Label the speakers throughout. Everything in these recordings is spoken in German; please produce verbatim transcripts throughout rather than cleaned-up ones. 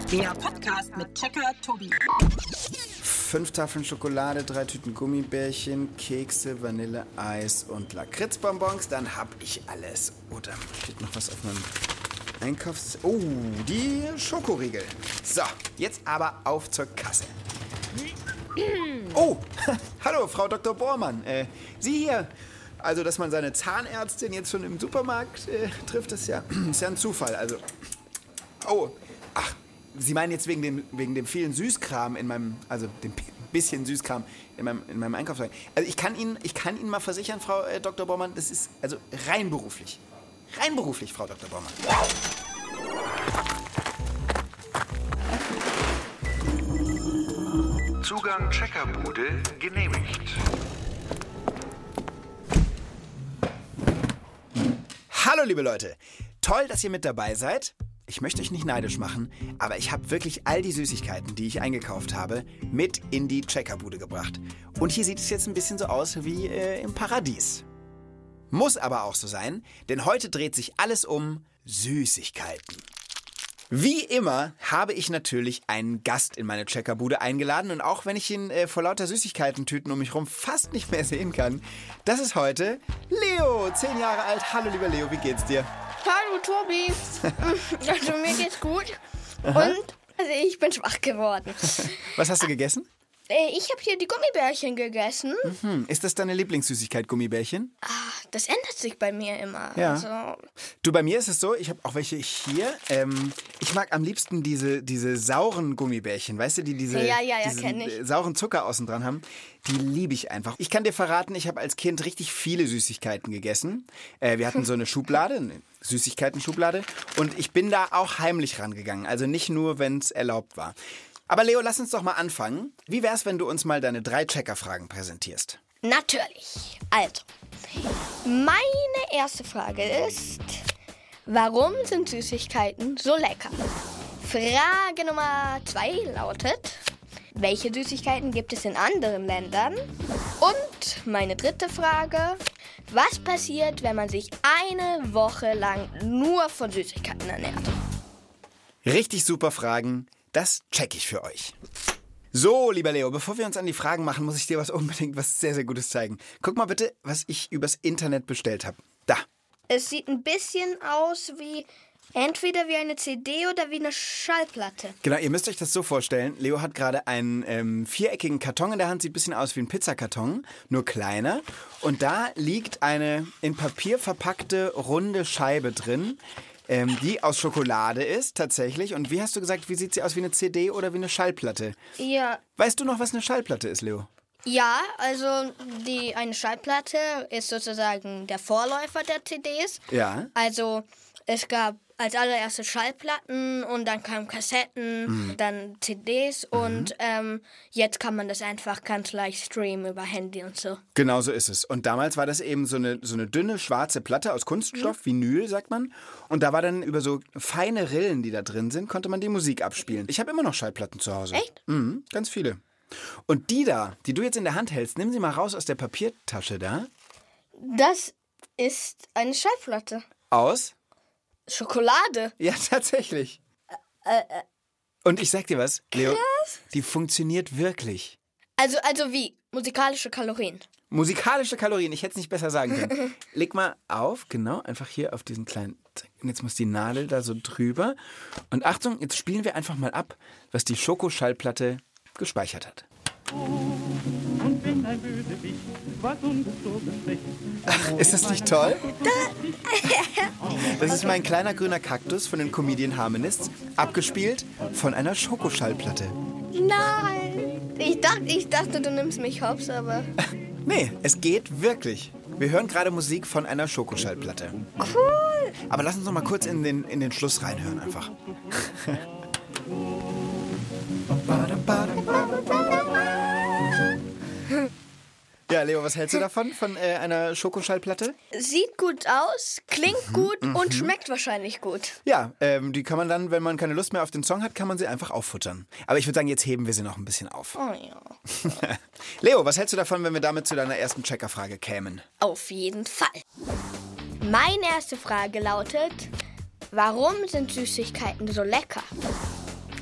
Speaker 1: Der Podcast mit Checker Tobi.
Speaker 2: Fünf Tafeln Schokolade, drei Tüten Gummibärchen, Kekse, Vanille, Eis und Lakritzbonbons. Dann hab ich alles. Oh, da steht noch was auf meinem Einkaufs... Oh, die Schokoriegel. So, jetzt aber auf zur Kasse. Oh, hallo, Frau Doktor Bormann. Äh, Sie hier. Also, dass man seine Zahnärztin jetzt schon im Supermarkt äh, trifft, ist ja, ist ja ein Zufall. Also, oh, ach, Sie meinen jetzt wegen dem, wegen dem vielen Süßkram in meinem, also dem bisschen Süßkram in meinem, in meinem Einkaufswagen. Also, ich kann Ihnen, ich kann Ihnen mal versichern, Frau äh, Doktor Bormann, das ist also rein beruflich. Rein beruflich, Frau Doktor Bormann.
Speaker 3: Zugang Checkerbude genehmigt.
Speaker 2: Hallo liebe Leute, toll, dass ihr mit dabei seid. Ich möchte euch nicht neidisch machen, aber ich habe wirklich all die Süßigkeiten, die ich eingekauft habe, mit in die Checkerbude gebracht. Und hier sieht es jetzt ein bisschen so aus wie äh, im Paradies. Muss aber auch so sein, denn heute dreht sich alles um Süßigkeiten. Wie immer habe ich natürlich einen Gast in meine Checkerbude eingeladen und auch wenn ich ihn äh, vor lauter Süßigkeiten-Tüten um mich herum fast nicht mehr sehen kann, das ist heute Leo, zehn Jahre alt. Hallo lieber Leo, wie geht's dir?
Speaker 4: Hallo Tobi, also mir geht's gut. Aha. Und also ich bin schwach geworden.
Speaker 2: Was hast du gegessen?
Speaker 4: Ich habe hier die Gummibärchen gegessen.
Speaker 2: Mhm. Ist das deine Lieblingssüßigkeit, Gummibärchen?
Speaker 4: Ah, das ändert sich bei mir immer.
Speaker 2: Ja.
Speaker 4: Also
Speaker 2: Du, bei mir ist es so, ich habe auch welche hier. Ähm, ich mag am liebsten diese, diese sauren Gummibärchen, weißt du, die diese
Speaker 4: ja, ja, ja,
Speaker 2: diesen
Speaker 4: kenn ich.
Speaker 2: sauren Zucker außen dran haben. Die liebe ich einfach. Ich kann dir verraten, ich habe als Kind richtig viele Süßigkeiten gegessen. Äh, wir hatten so eine Schublade, eine Süßigkeiten-Schublade. Und ich bin da auch heimlich rangegangen. Also nicht nur, wenn es erlaubt war. Aber Leo, lass uns doch mal anfangen. Wie wär's, wenn du uns mal deine drei Checker-Fragen präsentierst?
Speaker 4: natürlich. Also, meine erste Frage ist, warum sind Süßigkeiten so lecker? Frage Nummer zwei lautet, welche Süßigkeiten gibt es in anderen Ländern? Und meine dritte Frage, was passiert, wenn man sich eine Woche lang nur von Süßigkeiten ernährt?
Speaker 2: Richtig super Fragen. Das check ich für euch. So, lieber Leo, bevor wir uns an die Fragen machen, muss ich dir was unbedingt was sehr, sehr Gutes zeigen. Guck mal bitte, was ich übers Internet bestellt habe. Da.
Speaker 4: Es sieht ein bisschen aus wie entweder wie eine C D oder wie eine Schallplatte.
Speaker 2: Genau, ihr müsst euch das so vorstellen. Leo hat gerade einen ähm, viereckigen Karton in der Hand, sieht ein bisschen aus wie ein Pizzakarton, nur kleiner. Und da liegt eine in Papier verpackte runde Scheibe drin, ähm, die aus Schokolade ist tatsächlich. Und wie hast du gesagt, wie sieht sie aus, wie eine C D oder wie eine Schallplatte?
Speaker 4: Ja.
Speaker 2: Weißt du noch, was eine Schallplatte ist, Leo?
Speaker 4: Ja, also die eine Schallplatte ist sozusagen der Vorläufer der C Ds.
Speaker 2: Ja.
Speaker 4: Also es gab als allererstes Schallplatten und dann kamen Kassetten, mhm. dann C Ds mhm. und ähm, jetzt kann man das einfach ganz leicht streamen über Handy und so.
Speaker 2: Genau so ist es. Und damals war das eben so eine, so eine dünne schwarze Platte aus Kunststoff, mhm. Vinyl sagt man. Und da war dann über so feine Rillen, die da drin sind, konnte man die Musik abspielen. Ich habe immer noch Schallplatten zu Hause.
Speaker 4: Echt?
Speaker 2: Mhm, ganz viele. Und die da, die du jetzt in der Hand hältst, nimm sie mal raus aus der Papiertasche da.
Speaker 4: Das ist eine Schallplatte.
Speaker 2: Aus?
Speaker 4: Schokolade.
Speaker 2: Ja, tatsächlich.
Speaker 4: Äh, äh,
Speaker 2: Und ich sag dir was, Leo,
Speaker 4: krass.
Speaker 2: Die funktioniert wirklich.
Speaker 4: Also, also wie? Musikalische Kalorien.
Speaker 2: Musikalische Kalorien, ich hätte es nicht besser sagen können. Leg mal auf, genau, einfach hier auf diesen kleinen... Und jetzt muss die Nadel da so drüber. Und Achtung, jetzt spielen wir einfach mal ab, was die Schokoschallplatte gespeichert hat.
Speaker 5: Und wenn ein Bösewicht was uns so bespricht.
Speaker 2: Ist das nicht toll? Das ist mein kleiner grüner Kaktus von den Comedian Harmonists, abgespielt von einer Schokoschallplatte.
Speaker 4: Nein! Ich dachte, ich dachte, du nimmst mich hops, aber...
Speaker 2: Nee, es geht wirklich. Wir hören gerade Musik von einer Schokoschallplatte.
Speaker 4: Cool!
Speaker 2: Aber lass uns noch mal kurz in den, in den Schluss reinhören einfach. Ja, Leo, was hältst du davon, von äh, einer Schokoschallplatte?
Speaker 4: Sieht gut aus, klingt
Speaker 2: mhm,
Speaker 4: gut
Speaker 2: mhm.
Speaker 4: und schmeckt wahrscheinlich gut.
Speaker 2: Ja, ähm, die kann man dann, wenn man keine Lust mehr auf den Song hat, kann man sie einfach auffuttern. Aber ich würde sagen, jetzt heben wir sie noch ein bisschen auf.
Speaker 4: Oh ja.
Speaker 2: Leo, was hältst du davon, wenn wir damit zu deiner ersten Checkerfrage kämen?
Speaker 4: Auf jeden Fall. Meine erste Frage lautet, warum sind Süßigkeiten so lecker?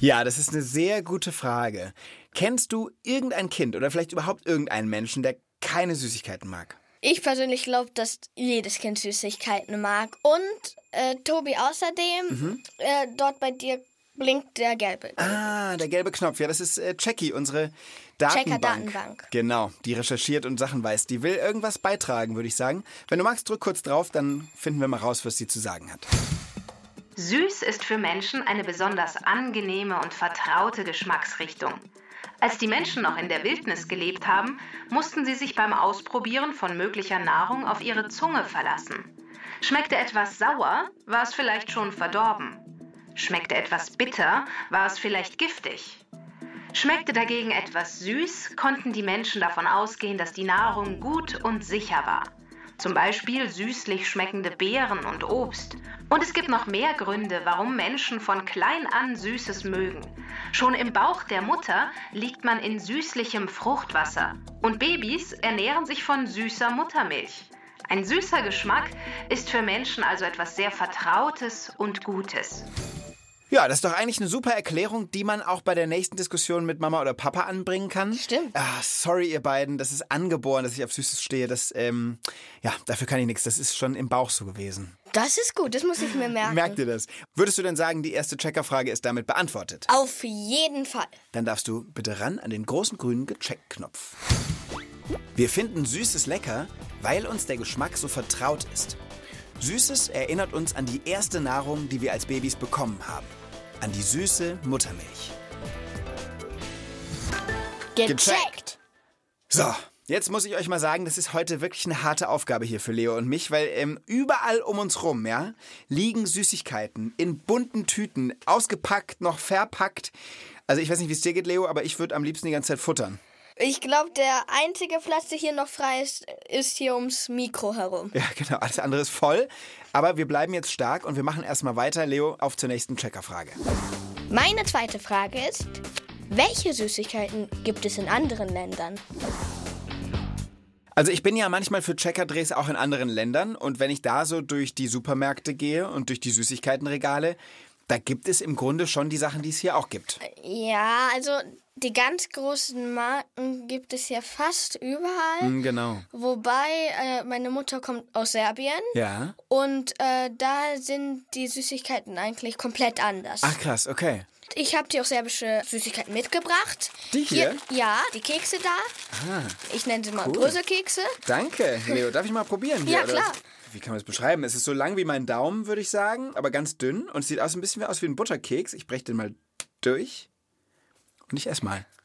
Speaker 2: Ja, das ist eine sehr gute Frage. Kennst du irgendein Kind oder vielleicht überhaupt irgendeinen Menschen, der keine Süßigkeiten mag?
Speaker 4: Ich persönlich glaube, dass jedes Kind Süßigkeiten mag. Und äh, Tobi, außerdem, mhm. äh, dort bei dir blinkt der gelbe.
Speaker 2: Ah, der gelbe Knopf. Ja, das ist äh, Jackie, unsere Datenbank.
Speaker 4: Checker-Datenbank.
Speaker 2: Genau, die recherchiert und Sachen weiß. Die will irgendwas beitragen, würde ich sagen. Wenn du magst, drück kurz drauf, dann finden wir mal raus, was sie zu sagen hat.
Speaker 6: Süß ist für Menschen eine besonders angenehme und vertraute Geschmacksrichtung. Als die Menschen noch in der Wildnis gelebt haben, mussten sie sich beim Ausprobieren von möglicher Nahrung auf ihre Zunge verlassen. Schmeckte etwas sauer, war es vielleicht schon verdorben. Schmeckte etwas bitter, war es vielleicht giftig. Schmeckte dagegen etwas süß, konnten die Menschen davon ausgehen, dass die Nahrung gut und sicher war. Zum Beispiel süßlich schmeckende Beeren und Obst. Und es gibt noch mehr Gründe, warum Menschen von klein an Süßes mögen. Schon im Bauch der Mutter liegt man in süßlichem Fruchtwasser. Und Babys ernähren sich von süßer Muttermilch. Ein süßer Geschmack ist für Menschen also etwas sehr Vertrautes und Gutes.
Speaker 2: Ja, das ist doch eigentlich eine super Erklärung, die man auch bei der nächsten Diskussion mit Mama oder Papa anbringen kann.
Speaker 4: Stimmt.
Speaker 2: Ah, sorry, ihr beiden, das ist angeboren, dass ich auf Süßes stehe. Das, ähm, ja, dafür kann ich nichts. Das ist schon im Bauch so gewesen.
Speaker 4: Das ist gut, das muss ich mir merken.
Speaker 2: Merkt ihr das? Würdest du denn sagen, die erste Checkerfrage ist damit beantwortet?
Speaker 4: Auf jeden Fall.
Speaker 2: Dann darfst du bitte ran an den großen grünen Gecheckt-Knopf. Wir finden Süßes lecker, weil uns der Geschmack so vertraut ist. Süßes erinnert uns an die erste Nahrung, die wir als Babys bekommen haben. An die süße Muttermilch.
Speaker 4: Gecheckt.
Speaker 2: So, jetzt muss ich euch mal sagen, das ist heute wirklich eine harte Aufgabe hier für Leo und mich, weil ähm, überall um uns rum, ja, liegen Süßigkeiten in bunten Tüten, ausgepackt, noch verpackt. Also ich weiß nicht, wie es dir geht, Leo, aber ich würde am liebsten die ganze Zeit futtern.
Speaker 4: Ich glaube, der einzige Platz, der hier noch frei ist, ist hier ums Mikro herum.
Speaker 2: Ja, genau. Alles andere ist voll. Aber wir bleiben jetzt stark und wir machen erstmal weiter. Leo, auf zur nächsten Checkerfrage.
Speaker 4: Meine zweite Frage ist, welche Süßigkeiten gibt es in anderen Ländern?
Speaker 2: Also ich bin ja manchmal für Checkerdrehs auch in anderen Ländern. Und wenn ich da so durch die Supermärkte gehe und durch die Süßigkeitenregale, da gibt es im Grunde schon die Sachen, die es hier auch gibt.
Speaker 4: Ja, also die ganz großen Marken gibt es ja fast überall.
Speaker 2: Mm, genau.
Speaker 4: Wobei, äh, meine Mutter kommt aus Serbien.
Speaker 2: Ja.
Speaker 4: Und äh, da sind die Süßigkeiten eigentlich komplett anders.
Speaker 2: Ach krass, okay.
Speaker 4: Ich habe dir auch serbische Süßigkeiten mitgebracht.
Speaker 2: Die hier?
Speaker 4: hier ja, die Kekse da.
Speaker 2: Ah,
Speaker 4: ich nenne sie mal
Speaker 2: cool.
Speaker 4: Bröselkekse.
Speaker 2: Danke, Leo. Darf ich mal probieren hier?
Speaker 4: Ja, klar.
Speaker 2: Oder? Wie kann man das beschreiben? Es ist so lang wie mein Daumen, würde ich sagen, aber ganz dünn. Und es sieht aus ein bisschen aus wie ein Butterkeks. Ich breche den mal durch. Und ich esse mal.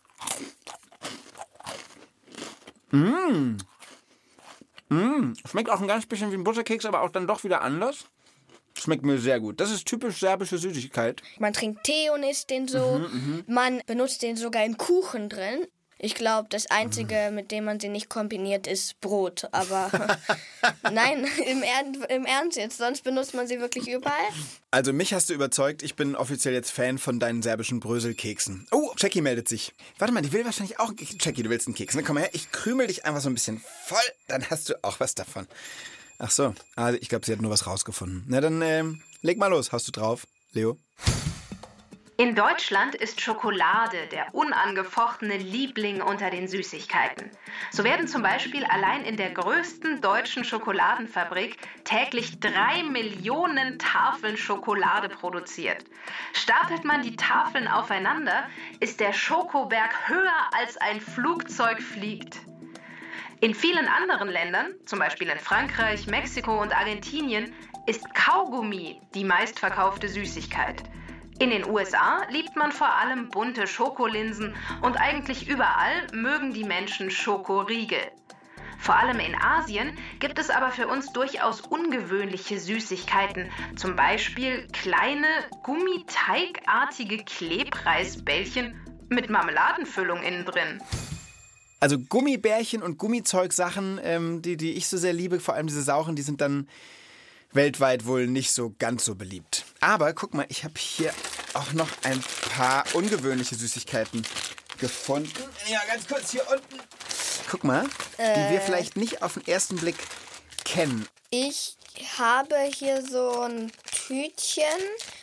Speaker 2: Mmh. Mmh. Schmeckt auch ein ganz bisschen wie ein Butterkeks, aber auch dann doch wieder anders. Schmeckt mir sehr gut. Das ist typisch serbische Süßigkeit.
Speaker 4: Man trinkt Tee und isst den so. Mhm, man benutzt den sogar in Kuchen drin. Ich glaube, das Einzige, mhm. mit dem man sie nicht kombiniert, ist Brot. Aber nein, im, er- im Ernst jetzt. Sonst benutzt man sie wirklich überall.
Speaker 2: Also mich hast du überzeugt. Ich bin offiziell jetzt Fan von deinen serbischen Bröselkeksen. Oh, Jackie meldet sich. Warte mal, die will wahrscheinlich auch... Jackie, du willst einen Keks. Na, komm mal her, ich krümel dich einfach so ein bisschen voll. Dann hast du auch was davon. Ach so, also ich glaube, sie hat nur was rausgefunden. Na dann, ähm, leg mal los. Hast du drauf, Leo?
Speaker 6: In Deutschland ist Schokolade der unangefochtene Liebling unter den Süßigkeiten. So werden zum Beispiel allein in der größten deutschen Schokoladenfabrik täglich drei Millionen Tafeln Schokolade produziert. Stapelt man die Tafeln aufeinander, ist der Schokoberg höher als ein Flugzeug fliegt. In vielen anderen Ländern, zum Beispiel in Frankreich, Mexiko und Argentinien, ist Kaugummi die meistverkaufte Süßigkeit. In den U S A liebt man vor allem bunte Schokolinsen und eigentlich überall mögen die Menschen Schokoriegel. Vor allem in Asien gibt es aber für uns durchaus ungewöhnliche Süßigkeiten, zum Beispiel kleine, gummiteigartige Klebreisbällchen mit Marmeladenfüllung innen drin.
Speaker 2: Also Gummibärchen und Gummizeugsachen, ähm, die, die ich so sehr liebe, vor allem diese sauren, die sind dann weltweit wohl nicht so ganz so beliebt. Aber guck mal, ich habe hier auch noch ein paar ungewöhnliche Süßigkeiten gefunden. Ja, ganz kurz hier unten. Guck mal, äh, die wir vielleicht nicht auf den ersten Blick kennen.
Speaker 4: Ich habe hier so ein Tütchen.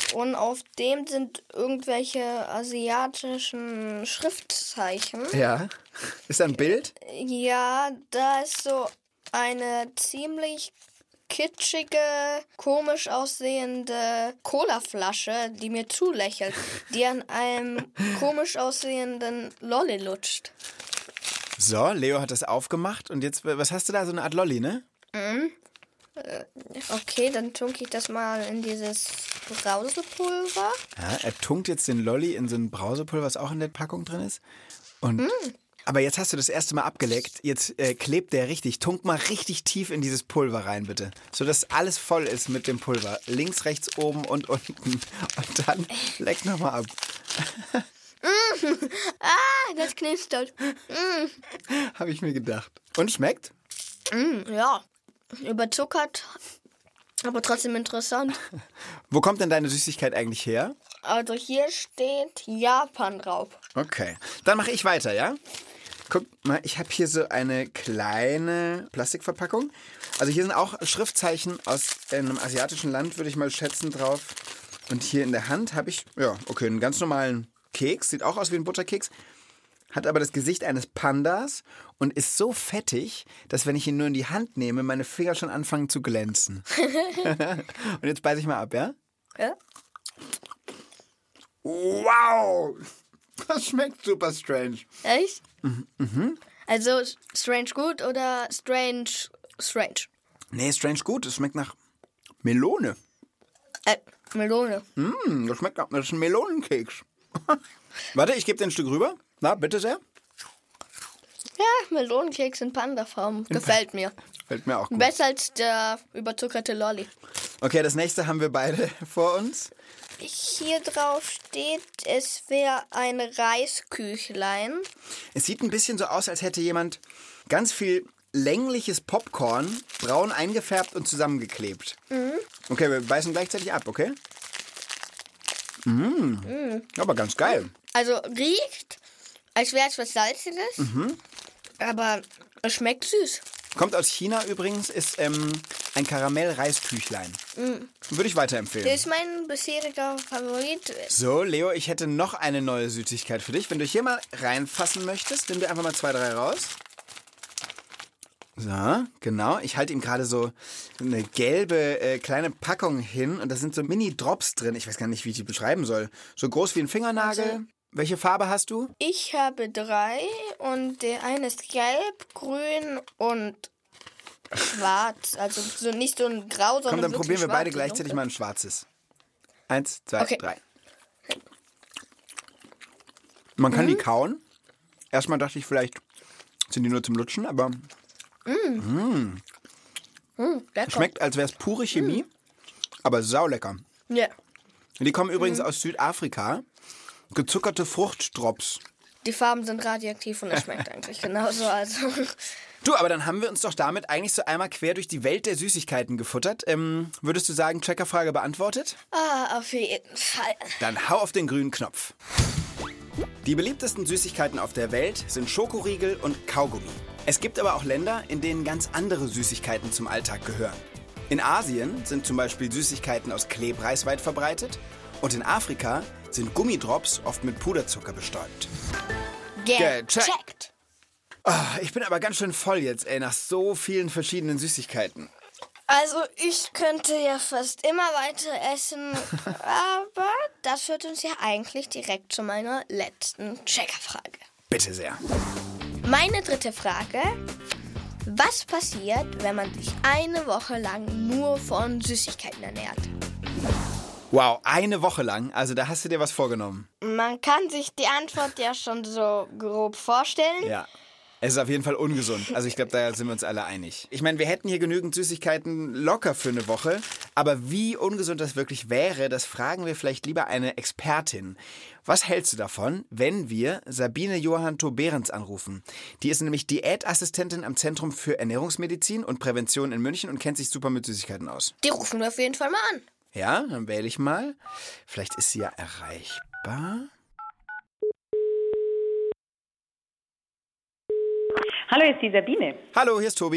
Speaker 4: Und auf dem sind irgendwelche asiatischen Schriftzeichen.
Speaker 2: Ja. Ist da ein Bild?
Speaker 4: Ja, da ist so eine ziemlich kitschige, komisch aussehende Colaflasche, die mir zulächelt, die an einem komisch aussehenden Lolli lutscht.
Speaker 2: So, Leo hat das aufgemacht und jetzt, was hast du da? So eine Art Lolli, ne?
Speaker 4: Mhm. Okay, dann tunke ich das mal in dieses Brausepulver.
Speaker 2: Ja, er tunkt jetzt den Lolli in so ein Brausepulver, was auch in der Packung drin ist. Und,
Speaker 4: mm.
Speaker 2: Aber jetzt hast du das erste Mal abgeleckt. Jetzt äh, klebt der richtig. Tunk mal richtig tief in dieses Pulver rein, bitte. Sodass alles voll ist mit dem Pulver. Links, rechts, oben und unten. Und dann leck nochmal ab.
Speaker 4: Mm. Ah, das knistert. Mm.
Speaker 2: Habe ich mir gedacht. Und schmeckt?
Speaker 4: Mm, ja. Überzuckert, aber trotzdem interessant.
Speaker 2: Wo kommt denn deine Süßigkeit eigentlich her?
Speaker 4: Also hier steht Japan drauf.
Speaker 2: Okay, dann mache ich weiter, ja? Guck mal, ich habe hier so eine kleine Plastikverpackung. Also hier sind auch Schriftzeichen aus einem asiatischen Land, würde ich mal schätzen, drauf. Und hier in der Hand habe ich, ja, okay, einen ganz normalen Keks. Sieht auch aus wie ein Butterkeks. Hat aber das Gesicht eines Pandas und ist so fettig, dass wenn ich ihn nur in die Hand nehme, meine Finger schon anfangen zu glänzen. Und jetzt beiße ich mal ab, ja?
Speaker 4: Ja.
Speaker 2: Wow! Das schmeckt super strange.
Speaker 4: Echt?
Speaker 2: Mhm.
Speaker 4: Also strange gut oder strange strange?
Speaker 2: Nee, strange gut. Es schmeckt nach Melone.
Speaker 4: Äh, Melone.
Speaker 2: Mm, das schmeckt nach, das ist ein Melonenkeks. Warte, ich gebe dir ein Stück rüber. Na, bitte sehr.
Speaker 4: Ja, Melonenkeks in Panda-Form. Gefällt mir.
Speaker 2: Fällt mir auch gut.
Speaker 4: Besser als der überzuckerte Lolli.
Speaker 2: Okay, das nächste haben wir beide vor uns.
Speaker 4: Hier drauf steht, es wäre ein Reisküchlein.
Speaker 2: Es sieht ein bisschen so aus, als hätte jemand ganz viel längliches Popcorn braun eingefärbt und zusammengeklebt. Mhm. Okay, wir beißen gleichzeitig ab, okay? Mm. Mhm. Aber ganz geil.
Speaker 4: Also riecht, als wäre es was Salziges, mhm. aber es schmeckt süß.
Speaker 2: Kommt aus China übrigens, ist ähm, ein Karamell-Reisküchlein. Mhm. Würde ich weiterempfehlen.
Speaker 4: Das ist mein bisheriger Favorit.
Speaker 2: So, Leo, ich hätte noch eine neue Süßigkeit für dich. Wenn du hier mal reinfassen möchtest, nimm dir einfach mal zwei, drei raus. So, genau. Ich halte ihm gerade so eine gelbe äh, kleine Packung hin und da sind so Mini-Drops drin. Ich weiß gar nicht, wie ich die beschreiben soll. So groß wie ein Fingernagel. Also, welche Farbe hast du?
Speaker 4: Ich habe drei und der eine ist gelb, grün und schwarz. Also so nicht so ein grau, sondern
Speaker 2: Komm, dann probieren wir beide gleichzeitig
Speaker 4: dunkel.
Speaker 2: mal ein schwarzes. Eins, zwei,
Speaker 4: okay.
Speaker 2: drei. Man kann
Speaker 4: mhm.
Speaker 2: die kauen. Erstmal dachte ich, vielleicht sind die nur zum Lutschen, aber
Speaker 4: mm.
Speaker 2: Mm.
Speaker 4: Mm,
Speaker 2: schmeckt, als wäre es pure Chemie, mm. aber saulecker.
Speaker 4: Ja. Yeah.
Speaker 2: Die kommen übrigens
Speaker 4: mm.
Speaker 2: aus Südafrika. Gezuckerte Fruchtdrops.
Speaker 4: Die Farben sind radioaktiv und es schmeckt eigentlich genauso. Also.
Speaker 2: Du, aber dann haben wir uns doch damit eigentlich so einmal quer durch die Welt der Süßigkeiten gefuttert. Ähm, würdest du sagen, Checkerfrage beantwortet?
Speaker 4: Ah, auf jeden Fall.
Speaker 2: Dann hau auf den grünen Knopf. Die beliebtesten Süßigkeiten auf der Welt sind Schokoriegel und Kaugummi. Es gibt aber auch Länder, in denen ganz andere Süßigkeiten zum Alltag gehören. In Asien sind zum Beispiel Süßigkeiten aus Klebreis weit verbreitet und in Afrika sind Gummidrops oft mit Puderzucker bestäubt.
Speaker 4: Gecheckt.
Speaker 2: Oh, ich bin aber ganz schön voll jetzt, ey, nach so vielen verschiedenen Süßigkeiten.
Speaker 4: Also ich könnte ja fast immer weiter essen, aber das führt uns ja eigentlich direkt zu meiner letzten Checkerfrage.
Speaker 2: Bitte sehr.
Speaker 4: Meine dritte Frage: Was passiert, wenn man sich eine Woche lang nur von Süßigkeiten ernährt?
Speaker 2: Wow, eine Woche lang? Also da hast du dir was vorgenommen.
Speaker 4: Man kann sich die Antwort ja schon so grob vorstellen.
Speaker 2: Ja. Es ist auf jeden Fall ungesund. Also ich glaube, da sind wir uns alle einig. Ich meine, wir hätten hier genügend Süßigkeiten locker für eine Woche. Aber wie ungesund das wirklich wäre, das fragen wir vielleicht lieber eine Expertin. Was hältst du davon, wenn wir Sabine Johannto-Behrens anrufen? Die ist nämlich Diätassistentin am Zentrum für Ernährungsmedizin und Prävention in München und kennt sich super mit Süßigkeiten aus.
Speaker 4: Die rufen wir auf jeden Fall mal an.
Speaker 2: Ja, dann wähle ich mal. Vielleicht ist sie ja erreichbar.
Speaker 7: Hallo, hier ist die Sabine.
Speaker 2: Hallo, hier ist Tobi.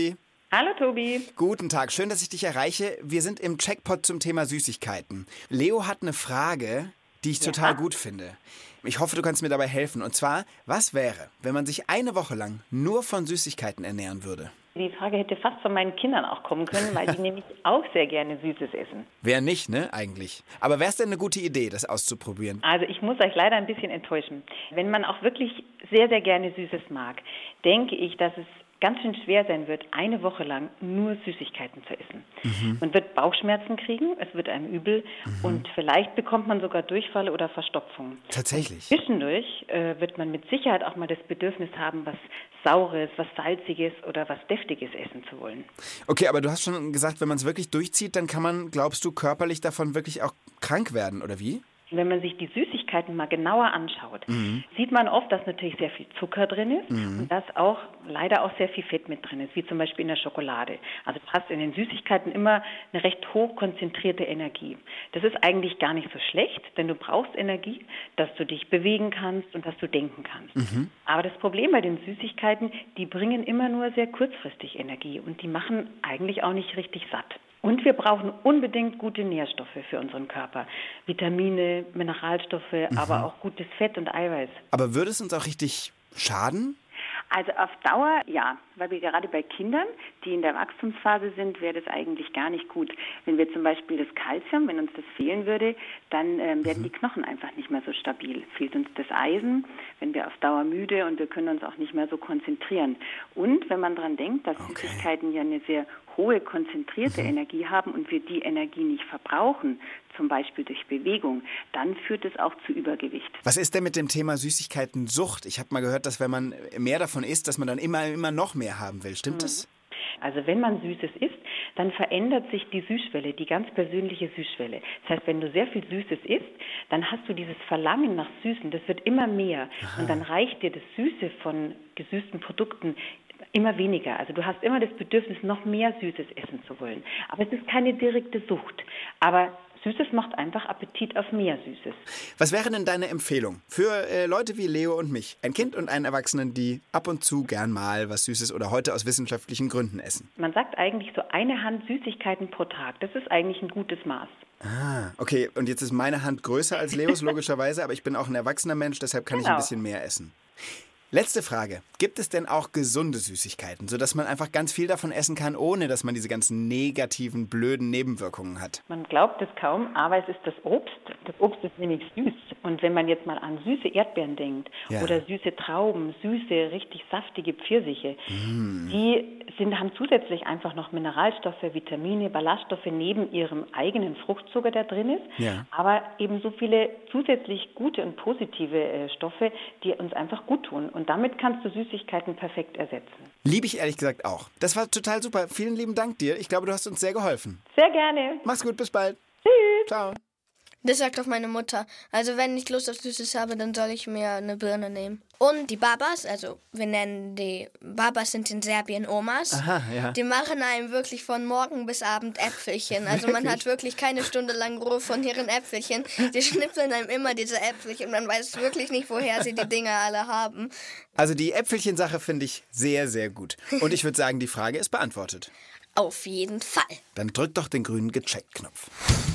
Speaker 7: Hallo Tobi.
Speaker 2: Guten Tag, schön, dass ich dich erreiche. Wir sind im Checkpot zum Thema Süßigkeiten. Leo hat eine Frage, die ich ja. total gut finde. Ich hoffe, du kannst mir dabei helfen. Und zwar, was wäre, wenn man sich eine Woche lang nur von Süßigkeiten ernähren würde?
Speaker 7: Die Frage hätte fast von meinen Kindern auch kommen können, weil die nämlich auch sehr gerne Süßes essen.
Speaker 2: Wer nicht, ne, eigentlich. Aber wäre es denn eine gute Idee, das auszuprobieren?
Speaker 7: Also ich muss euch leider ein bisschen enttäuschen. Wenn man auch wirklich sehr, sehr gerne Süßes mag, denke ich, dass es ganz schön schwer sein wird, eine Woche lang nur Süßigkeiten zu essen. Mhm. Man wird Bauchschmerzen kriegen, es wird einem übel mhm. und vielleicht bekommt man sogar Durchfall oder Verstopfung.
Speaker 2: Tatsächlich?
Speaker 7: Zwischendurch äh, wird man mit Sicherheit auch mal das Bedürfnis haben, was Saures, was Salziges oder was Deftiges essen zu wollen.
Speaker 2: Okay, aber du hast schon gesagt, wenn man es wirklich durchzieht, dann kann man, glaubst du, körperlich davon wirklich auch krank werden, oder wie?
Speaker 7: Wenn man sich die Süßigkeiten mal genauer anschaut, mhm. sieht man oft, dass natürlich sehr viel Zucker drin ist mhm. und dass auch leider auch sehr viel Fett mit drin ist, wie zum Beispiel in der Schokolade. Also du hast in den Süßigkeiten immer eine recht hoch konzentrierte Energie. Das ist eigentlich gar nicht so schlecht, denn du brauchst Energie, dass du dich bewegen kannst und dass du denken kannst. Mhm. Aber das Problem bei den Süßigkeiten, die bringen immer nur sehr kurzfristig Energie und die machen eigentlich auch nicht richtig satt. Und wir brauchen unbedingt gute Nährstoffe für unseren Körper. Vitamine, Mineralstoffe, mhm. aber auch gutes Fett und Eiweiß.
Speaker 2: Aber würde es uns auch richtig schaden?
Speaker 7: Also auf Dauer ja, weil wir gerade bei Kindern, die in der Wachstumsphase sind, wäre das eigentlich gar nicht gut. Wenn wir zum Beispiel das Kalzium, wenn uns das fehlen würde, dann ähm, werden mhm. die Knochen einfach nicht mehr so stabil. Fehlt uns das Eisen, wenn wir auf Dauer müde und wir können uns auch nicht mehr so konzentrieren. Und wenn man daran denkt, dass okay. Süßigkeiten ja eine sehr hohe konzentrierte mhm. Energie haben und wir die Energie nicht verbrauchen, zum Beispiel durch Bewegung, dann führt es auch zu Übergewicht.
Speaker 2: Was ist denn mit dem Thema Süßigkeiten-Sucht? Ich habe mal gehört, dass wenn man mehr davon isst, dass man dann immer, immer noch mehr haben will. Stimmt mhm. das?
Speaker 7: Also wenn man Süßes isst, dann verändert sich die Süßschwelle, die ganz persönliche Süßschwelle. Das heißt, wenn du sehr viel Süßes isst, dann hast du dieses Verlangen nach Süßen, das wird immer mehr. Aha. Und dann reicht dir das Süße von gesüßten Produkten immer weniger. Also du hast immer das Bedürfnis, noch mehr Süßes essen zu wollen. Aber es ist keine direkte Sucht. Aber Süßes macht einfach Appetit auf mehr Süßes.
Speaker 2: Was wäre denn deine Empfehlung für äh, Leute wie Leo und mich? Ein Kind und einen Erwachsenen, die ab und zu gern mal was Süßes oder heute aus wissenschaftlichen Gründen essen.
Speaker 7: Man sagt eigentlich so eine Hand Süßigkeiten pro Tag. Das ist eigentlich ein gutes Maß.
Speaker 2: Ah, okay. Und jetzt ist meine Hand größer als Leos, logischerweise. Aber ich bin auch ein erwachsener Mensch, deshalb kann genau. ich ein bisschen mehr essen. Letzte Frage. Gibt es denn auch gesunde Süßigkeiten, sodass man einfach ganz viel davon essen kann, ohne dass man diese ganzen negativen, blöden Nebenwirkungen hat?
Speaker 7: Man glaubt es kaum, aber es ist das Obst. Das Obst ist nämlich süß. Und wenn man jetzt mal an süße Erdbeeren denkt ja. oder süße Trauben, süße, richtig saftige Pfirsiche, mm. die sind, haben zusätzlich einfach noch Mineralstoffe, Vitamine, Ballaststoffe neben ihrem eigenen Fruchtzucker, der drin ist, ja. aber eben so viele zusätzlich gute und positive äh, Stoffe, die uns einfach gut tun. Und damit kannst du Süßigkeiten perfekt ersetzen.
Speaker 2: Liebe ich ehrlich gesagt auch. Das war total super. Vielen lieben Dank dir. Ich glaube, du hast uns sehr geholfen.
Speaker 7: Sehr gerne.
Speaker 2: Mach's gut, bis bald.
Speaker 7: Tschüss.
Speaker 2: Ciao.
Speaker 4: Das sagt auch meine Mutter. Also wenn ich Lust auf Süßes habe, dann soll ich mir eine Birne nehmen. Und die Babas, also wir nennen die Babas sind in Serbien Omas.
Speaker 2: Aha, ja.
Speaker 4: Die machen einem wirklich von morgen bis Abend Äpfelchen. Also man hat wirklich keine Stunde lang Ruhe von ihren Äpfelchen. Die schnipseln einem immer diese Äpfelchen und man weiß wirklich nicht, woher sie die Dinger alle haben.
Speaker 2: Also die Äpfelchen-Sache finde ich sehr, sehr gut. Und ich würde sagen, die Frage ist beantwortet.
Speaker 4: Auf jeden Fall.
Speaker 2: Dann drück doch den grünen Gecheckt-Knopf.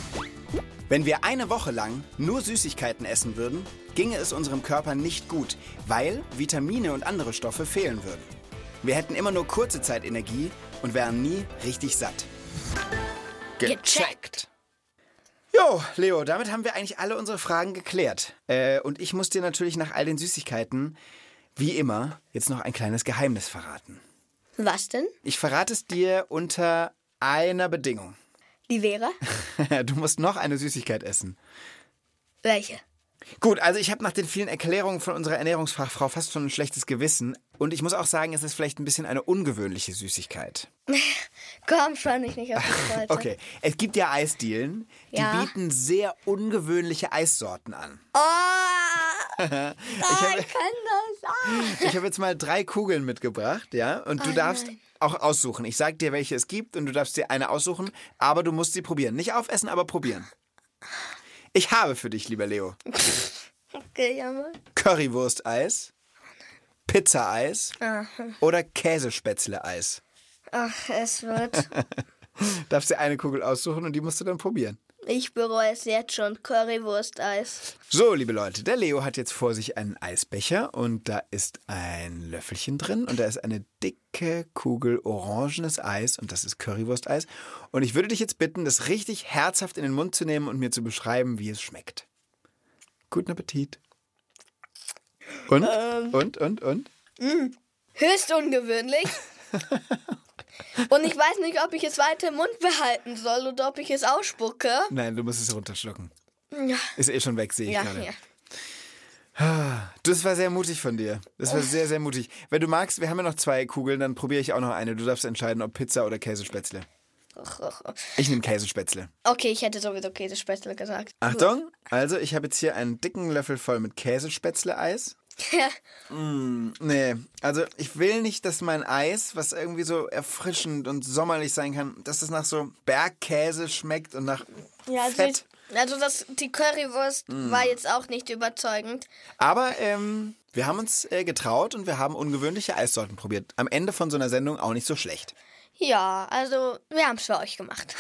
Speaker 2: Wenn wir eine Woche lang nur Süßigkeiten essen würden, ginge es unserem Körper nicht gut, weil Vitamine und andere Stoffe fehlen würden. Wir hätten immer nur kurze Zeit Energie und wären nie richtig satt. Gecheckt! Jo, Leo, damit haben wir eigentlich alle unsere Fragen geklärt. Äh, und ich muss dir natürlich nach all den Süßigkeiten, wie immer, jetzt noch ein kleines Geheimnis verraten.
Speaker 4: Was denn?
Speaker 2: Ich verrate es dir unter einer Bedingung.
Speaker 4: Die wäre?
Speaker 2: Du musst noch eine Süßigkeit essen.
Speaker 4: Welche?
Speaker 2: Gut, also ich habe nach den vielen Erklärungen von unserer Ernährungsfachfrau fast schon ein schlechtes Gewissen. Und ich muss auch sagen, es ist vielleicht ein bisschen eine ungewöhnliche Süßigkeit.
Speaker 4: Komm schon, ich nicht auf die Folter.
Speaker 2: Okay, es gibt ja Eisdielen, die
Speaker 4: ja.
Speaker 2: bieten sehr ungewöhnliche Eissorten an.
Speaker 4: Oh,
Speaker 2: ich
Speaker 4: habe
Speaker 2: ich hab jetzt mal drei Kugeln mitgebracht, ja? Und du
Speaker 4: oh,
Speaker 2: darfst
Speaker 4: nein.
Speaker 2: auch aussuchen. Ich sag dir, welche es gibt und du darfst dir eine aussuchen, aber du musst sie probieren. Nicht aufessen, aber probieren. Ich habe für dich, lieber Leo.
Speaker 4: Okay, ja mal.
Speaker 2: Currywurst-Eis, Pizza-Eis oder Käsespätzle-Eis.
Speaker 4: Ach, es wird.
Speaker 2: Darfst dir eine Kugel aussuchen und die musst du dann probieren.
Speaker 4: Ich bereue es jetzt schon. Currywurst-Eis.
Speaker 2: So, liebe Leute, der Leo hat jetzt vor sich einen Eisbecher und da ist ein Löffelchen drin und da ist eine dicke Kugel orangenes Eis und das ist Currywurst-Eis. Und ich würde dich jetzt bitten, das richtig herzhaft in den Mund zu nehmen und mir zu beschreiben, wie es schmeckt. Guten Appetit. Und? Ähm. Und, und, und?
Speaker 4: Mh. Höchst ungewöhnlich. Und ich weiß nicht, ob ich es weiter im Mund behalten soll oder ob ich es ausspucke.
Speaker 2: Nein, du musst es runterschlucken.
Speaker 4: Ja.
Speaker 2: Ist eh schon weg, sehe ich
Speaker 4: ja,
Speaker 2: gerade.
Speaker 4: Ja.
Speaker 2: Das war sehr mutig von dir. Das war sehr, sehr mutig. Wenn du magst, wir haben ja noch zwei Kugeln, dann probiere ich auch noch eine. Du darfst entscheiden, ob Pizza oder Käsespätzle. Ich nehme Käsespätzle.
Speaker 4: Okay, ich hätte sowieso Käsespätzle gesagt.
Speaker 2: Achtung, also ich habe jetzt hier einen dicken Löffel voll mit Käsespätzle-Eis.
Speaker 4: Ja.
Speaker 2: Mm, nee, also ich will nicht, dass mein Eis, was irgendwie so erfrischend und sommerlich sein kann, dass es nach so Bergkäse schmeckt und nach
Speaker 4: ja, also
Speaker 2: Fett.
Speaker 4: Ich, also das, die Currywurst mm. war jetzt auch nicht überzeugend.
Speaker 2: Aber ähm, wir haben uns äh, getraut und wir haben ungewöhnliche Eissorten probiert. Am Ende von so einer Sendung auch nicht so schlecht.
Speaker 4: Ja, also wir haben es für euch gemacht.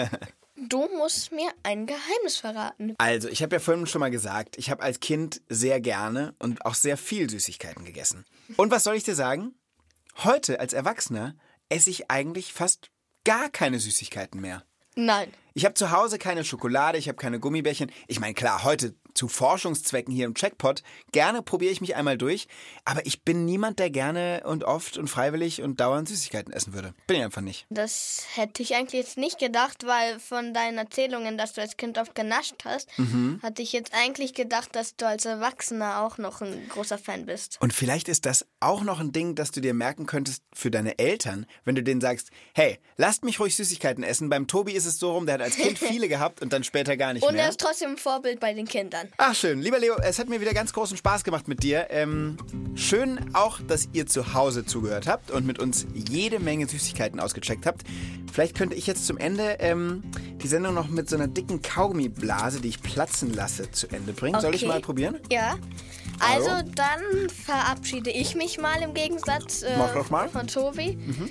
Speaker 4: Du musst mir ein Geheimnis verraten.
Speaker 2: Also, ich habe ja vorhin schon mal gesagt, ich habe als Kind sehr gerne und auch sehr viel Süßigkeiten gegessen. Und was soll ich dir sagen? Heute als Erwachsener esse ich eigentlich fast gar keine Süßigkeiten mehr.
Speaker 4: Nein.
Speaker 2: Ich habe zu Hause keine Schokolade, ich habe keine Gummibärchen. Ich meine, klar, heute zu Forschungszwecken hier im Checkpot, gerne probiere ich mich einmal durch, aber ich bin niemand, der gerne und oft und freiwillig und dauernd Süßigkeiten essen würde. Bin ich einfach nicht.
Speaker 4: Das hätte ich eigentlich jetzt nicht gedacht, weil von deinen Erzählungen, dass du als Kind oft genascht hast, mhm. hatte ich jetzt eigentlich gedacht, dass du als Erwachsener auch noch ein großer Fan bist.
Speaker 2: Und vielleicht ist das auch noch ein Ding, das du dir merken könntest für deine Eltern, wenn du denen sagst, hey, lasst mich ruhig Süßigkeiten essen. Beim Tobi ist es so rum, der hat als Kind viele gehabt und dann später gar nicht
Speaker 4: und
Speaker 2: mehr.
Speaker 4: Und er ist trotzdem ein Vorbild bei den Kindern.
Speaker 2: Ach schön, lieber Leo, es hat mir wieder ganz großen Spaß gemacht mit dir. Ähm, schön auch, dass ihr zu Hause zugehört habt und mit uns jede Menge Süßigkeiten ausgecheckt habt. Vielleicht könnte ich jetzt zum Ende ähm, die Sendung noch mit so einer dicken Kaugummiblase, die ich platzen lasse, zu Ende bringen. Okay. Soll ich mal probieren?
Speaker 4: Ja. Also Hallo? Dann verabschiede ich mich mal im Gegensatz äh,
Speaker 2: Mach doch mal.
Speaker 4: von Tobi. Mhm.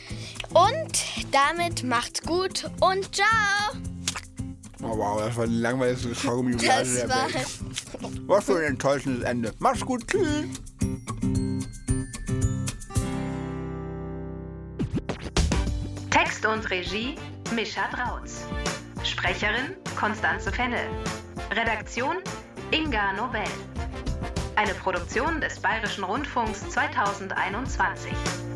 Speaker 4: Und damit macht's gut und ciao!
Speaker 2: Oh wow, das war die langweiligste Kaugummiblase der Welt. Was für ein enttäuschendes Ende. Mach's gut, tschüss.
Speaker 6: Text und Regie Mischa Drautz. Sprecherin Konstanze Fennel. Redaktion Inga Nobel. Eine Produktion des Bayerischen Rundfunks zweitausendeinundzwanzig.